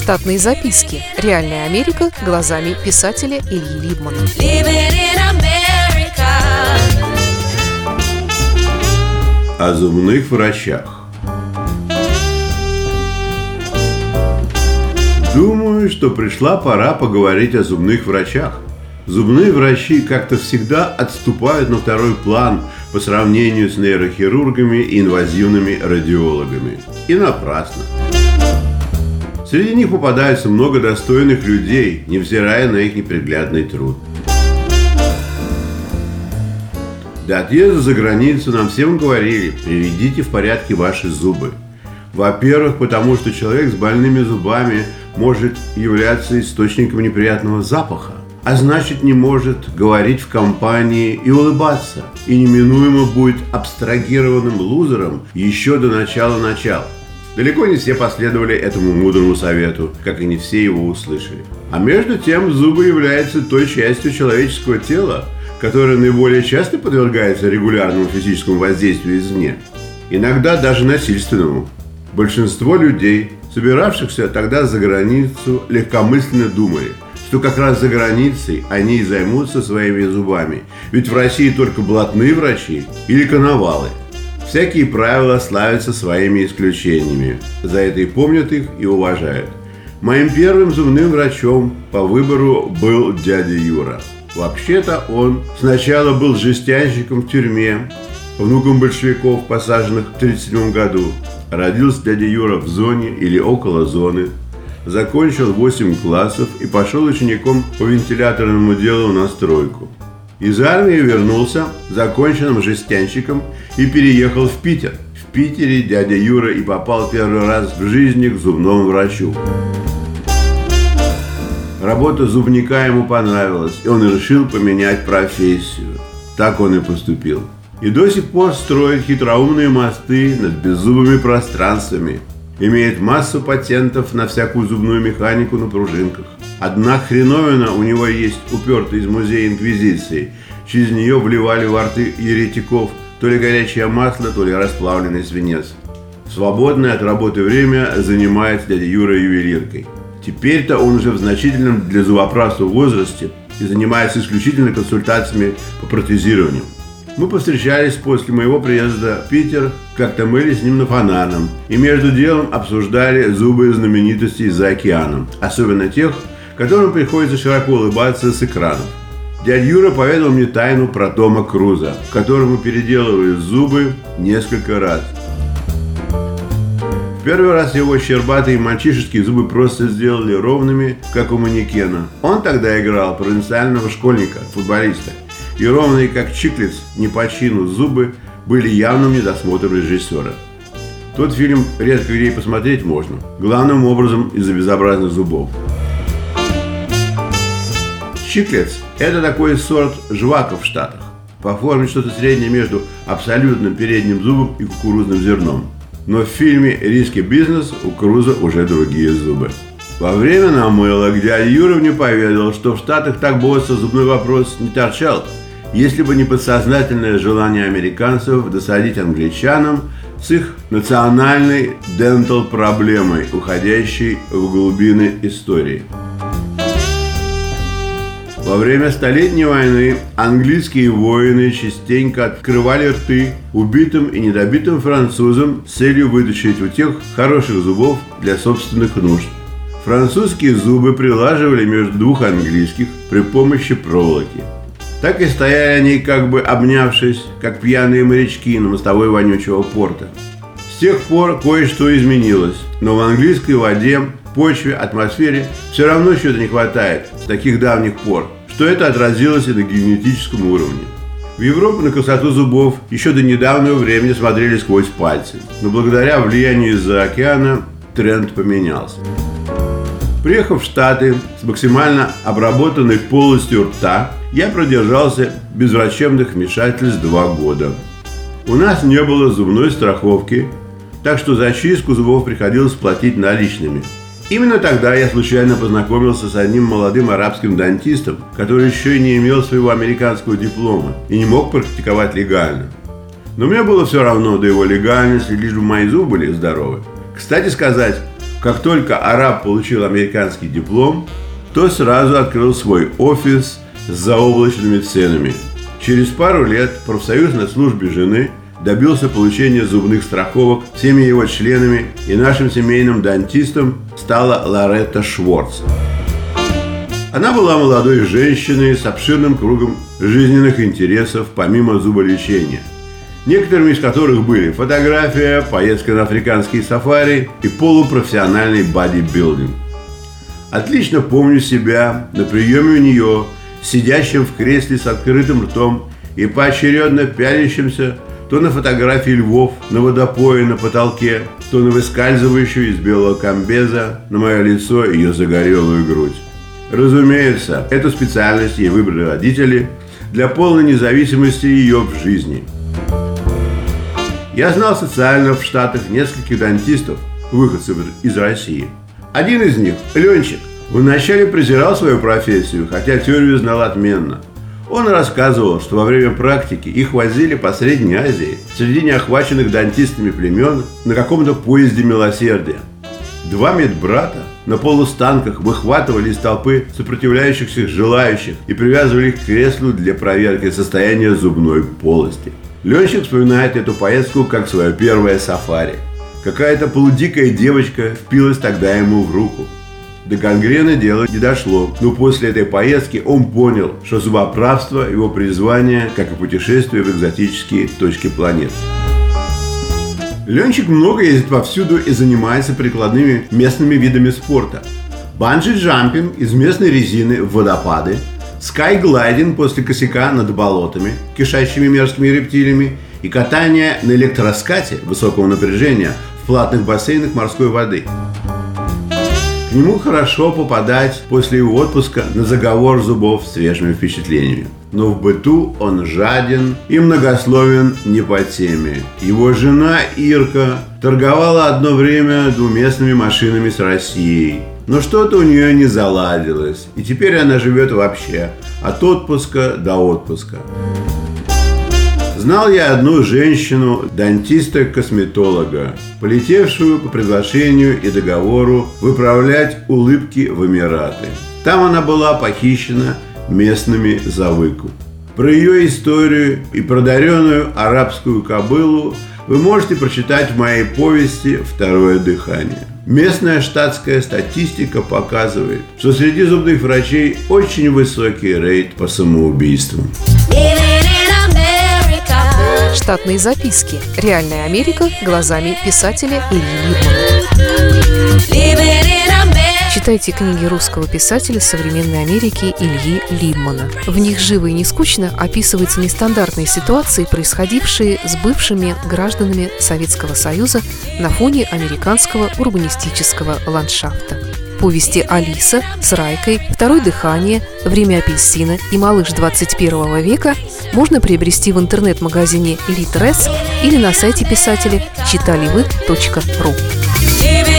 Штатные записки. Реальная Америка глазами писателя Ильи Либмана. О зубных врачах. Думаю, что пришла пора поговорить о зубных врачах. Зубные врачи как-то всегда отступают на второй план по сравнению с нейрохирургами и инвазивными радиологами. И напрасно. Среди них попадается много достойных людей, невзирая на их неприглядный труд. До отъезда за границу нам всем говорили: приведите в порядке ваши зубы. Во-первых, потому что человек с больными зубами может являться источником неприятного запаха, а значит не может говорить в компании и улыбаться, и неминуемо будет абстрагированным лузером еще до начала. Далеко не все последовали этому мудрому совету, как и не все его услышали. А между тем зубы являются той частью человеческого тела, которая наиболее часто подвергается регулярному физическому воздействию извне, иногда даже насильственному. Большинство людей, собиравшихся тогда за границу, легкомысленно думали, что как раз за границей они и займутся своими зубами, ведь в России только блатные врачи или коновалы. Всякие правила славятся своими исключениями, за это и помнят их, и уважают. Моим первым зубным врачом по выбору был дядя Юра. Вообще-то он сначала был жестянщиком в тюрьме, внуком большевиков, посаженных в 1937 году. Родился дядя Юра в зоне или около зоны. Закончил 8 классов и пошел учеником по вентиляторному делу на стройку. Из армии вернулся законченным жестянщиком и переехал в Питер. В Питере дядя Юра и попал первый раз в жизни к зубному врачу. Работа зубника ему понравилась, и он решил поменять профессию. Так он и поступил. И до сих пор строит хитроумные мосты над беззубыми пространствами. Имеет массу патентов на всякую зубную механику на пружинках. Одна хреновина у него есть, упертая из музея Инквизиции. Через нее вливали во рты еретиков то ли горячее масло, то ли расплавленный свинец. В свободное от работы время занимается дядя Юра ювелиркой. Теперь-то он уже в значительном для зубоправства возрасте и занимается исключительно консультациями по протезированию. Мы повстречались после моего приезда в Питер, как-то мыли с ним на Фонарном, и между делом обсуждали зубы знаменитостей за океаном, особенно тех, которым приходится широко улыбаться с экранов. Дядя Юра поведал мне тайну про Тома Круза, которому переделывали зубы несколько раз. В первый раз его щербатые мальчишеские зубы просто сделали ровными, как у манекена. Он тогда играл провинциального школьника, футболиста. И ровные, как Чиклиц, не по чину зубы были явным недосмотром режиссера. Тот фильм редко где и посмотреть можно, главным образом из-за безобразных зубов. Чиклиц – это такой сорт жвака в Штатах. По форме что-то среднее между абсолютным передним зубом и кукурузным зерном. Но в фильме «Риски бизнес» у Круза уже другие зубы. Во время намылок дядя Юра мне поведал, что в Штатах так быстро зубной вопрос не торчал, если бы не подсознательное желание американцев досадить англичанам с их национальной дентал-проблемой, уходящей в глубины истории. Во время Столетней войны английские воины частенько открывали рты убитым и недобитым французам с целью вытащить у тех хороших зубов для собственных нужд. Французские зубы прилаживали между двух английских при помощи проволоки. Так и стояли они, как бы обнявшись, как пьяные морячки на мостовой вонючего порта. С тех пор кое-что изменилось, но в английской воде, почве, атмосфере все равно чего-то не хватает с таких давних пор, что это отразилось и на генетическом уровне. В Европе на красоту зубов еще до недавнего времени смотрели сквозь пальцы, но благодаря влиянию из-за океана тренд поменялся. Приехав в Штаты с максимально обработанной полостью рта, я продержался без врачебных вмешательств 2 года. У нас не было зубной страховки, так что за чистку зубов приходилось платить наличными. Именно тогда я случайно познакомился с одним молодым арабским дантистом, который еще и не имел своего американского диплома и не мог практиковать легально. Но мне было все равно до его легальности, лишь бы мои зубы были здоровы. Кстати сказать, Как только араб получил американский диплом, то сразу открыл свой офис с заоблачными ценами. Через пару лет профсоюз на службе жены добился получения зубных страховок всеми его членами, и нашим семейным дантистом стала Лоретта Шворц. Она была молодой женщиной с обширным кругом жизненных интересов помимо зуболечения, некоторыми из которых были фотография, поездка на африканские сафари и полупрофессиональный бодибилдинг. Отлично помню себя на приеме у нее, сидящим в кресле с открытым ртом и поочередно пялящимся то на фотографии львов на водопое на потолке, то на выскальзывающую из белого комбеза на мое лицо и ее загорелую грудь. Разумеется, эту специальность ей выбрали родители для полной независимости ее в жизни. Я знал социально в Штатах нескольких дантистов, выходцев из России. Один из них, Ленчик, вначале презирал свою профессию, хотя теорию знал отменно. Он рассказывал, что во время практики их возили по Средней Азии среди неохваченных дантистами племен на каком-то поезде милосердия. Два медбрата на полустанках выхватывали из толпы сопротивляющихся желающих и привязывали их к креслу для проверки состояния зубной полости. Ленчик вспоминает эту поездку как свое первое сафари. Какая-то полудикая девочка впилась тогда ему в руку. До гангрены дело не дошло, но после этой поездки он понял, что зубоправство – его призвание, как и путешествие в экзотические точки планеты. Ленчик много ездит повсюду и занимается прикладными местными видами спорта. Банджи-джампинг из местной резины в водопады, скайглайдинг после косяка над болотами, кишащими мерзкими рептилиями, и катание на электроскате высокого напряжения в платных бассейнах морской воды. К нему хорошо попадать после его отпуска на заговор зубов с свежими впечатлениями. Но в быту он жаден и многословен не по теме. Его жена Ирка торговала одно время двуместными машинами с Россией. Но что-то у нее не заладилось, и теперь она живет вообще от отпуска до отпуска. Знал я одну женщину, дантиста-косметолога, полетевшую по приглашению и договору выправлять улыбки в Эмираты. Там она была похищена местными за выкуп. Про ее историю и продаренную арабскую кобылу вы можете прочитать в моей повести «Второе дыхание». Местная штатская статистика показывает, что среди зубных врачей очень высокий рейд по самоубийствам. Штатные записки. Реальная Америка глазами писателя Ильи Либмана. Читайте книги русского писателя современной Америки Ильи Либмана. В них живо и не скучно описываются нестандартные ситуации, происходившие с бывшими гражданами Советского Союза на фоне американского урбанистического ландшафта. Повести «Алиса» с Райкой, «Второе дыхание», «Время апельсина» и «Малыш 21 века» можно приобрести в интернет-магазине Литрес или на сайте писателя читаливы.ру.